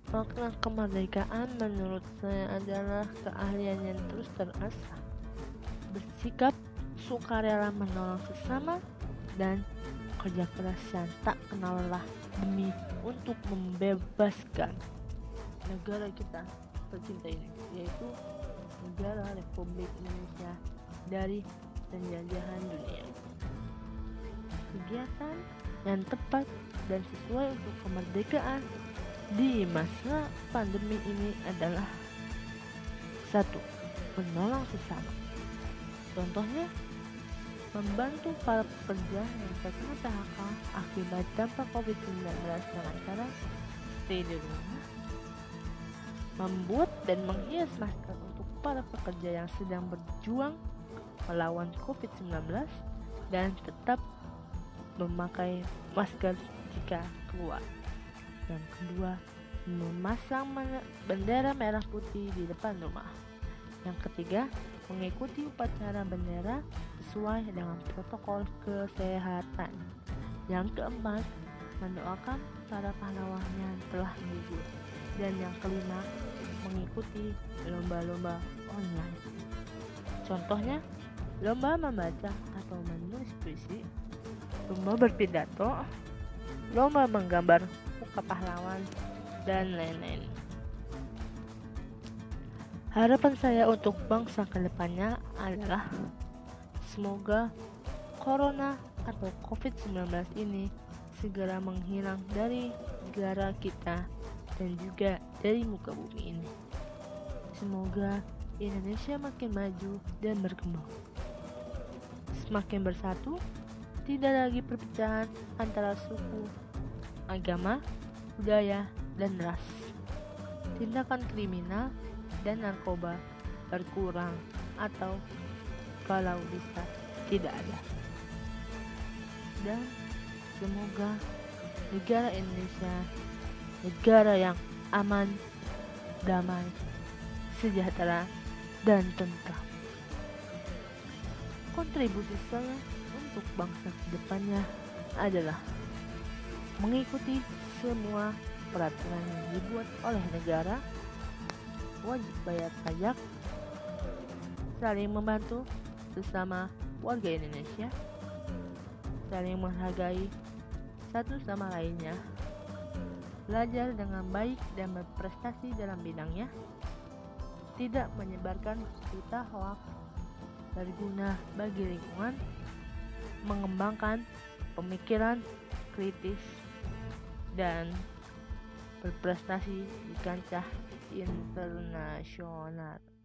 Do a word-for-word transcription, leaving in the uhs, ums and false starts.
Makna kemerdekaan menurut saya adalah keahlian yang terus terasah, bersikap sukarela menolong sesama, dan kerja keras yang tak kenal lelah demi untuk membebaskan negara kita tercinta ini, yaitu negara Republik Indonesia dari penjajahan dunia. Kegiatan yang tepat dan sesuai untuk kemerdekaan di masa pandemi ini adalah satu. Menolong sesama. Contohnya, membantu para pekerja yang terkena P H K akibat dampak covid sembilan belas dengan cara stay di rumah, membuat dan menghias masker untuk para pekerja yang sedang berjuang melawan covid sembilan belas, dan tetap memakai masker jika keluar. Yang kedua, memasang bendera merah putih di depan rumah. Yang ketiga, mengikuti upacara bendera sesuai dengan protokol kesehatan. Yang keempat, mendoakan para pahlawan yang telah gugur. Dan yang kelima, mengikuti lomba-lomba online. Contohnya, lomba membaca atau menulis puisi, lomba berpidato, lomba menggambar muka pahlawan, dan lain-lain. Harapan saya untuk bangsa kedepannya adalah semoga corona atau covid sembilan belas ini segera menghilang dari negara kita dan juga dari muka bumi ini. Semoga Indonesia makin maju dan berkembang, semakin bersatu, tidak lagi perpecahan antara suku, agama, budaya, dan ras. Tindakan kriminal dan narkoba berkurang atau kalau bisa tidak ada. Dan semoga negara Indonesia negara yang aman, damai, sejahtera, dan tentram. Kontribusi saya untuk bangsa kedepannya adalah mengikuti semua peraturan yang dibuat oleh negara, wajib bayar pajak, saling membantu sesama warga Indonesia, saling menghargai satu sama lainnya, belajar dengan baik dan berprestasi dalam bidangnya, tidak menyebarkan berita hoaks berguna bagi lingkungan, mengembangkan pemikiran kritis, dan berprestasi di kancah internasional.